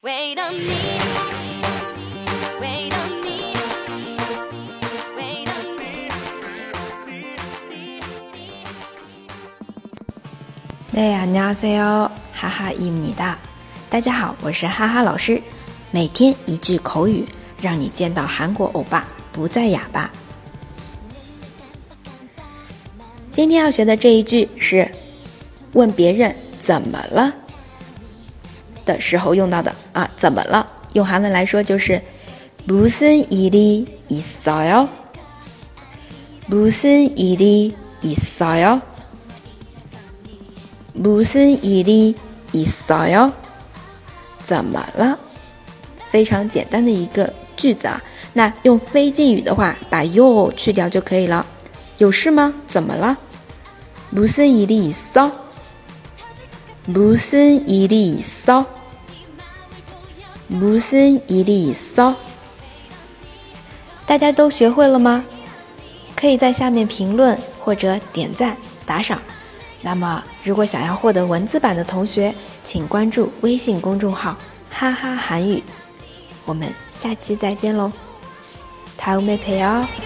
Wait on me, wait on me, wait on me. 네, 안녕하세요. 하하입니다. 大家好，我是哈哈老师。每天一句口语，让你见到韩国欧巴不再哑巴。今天要学的这一句是问别人怎么了的时候用到的啊，怎么了？用韩文来说就是무슨 일이 있어요？무슨 일이 있어요？무슨 일이 있어요？怎么了？非常简单的一个句子啊。那用非敬语的话，把 요 去掉就可以了。有事吗？怎么了？무슨 일이 있어？무슨 일이 있어？무슨 일이 있어？大家都学会了吗？可以在下面评论或者点赞打赏。那么如果想要获得文字版的同学，请关注微信公众号哈哈韩语。我们下期再见喽，다음에 봬요。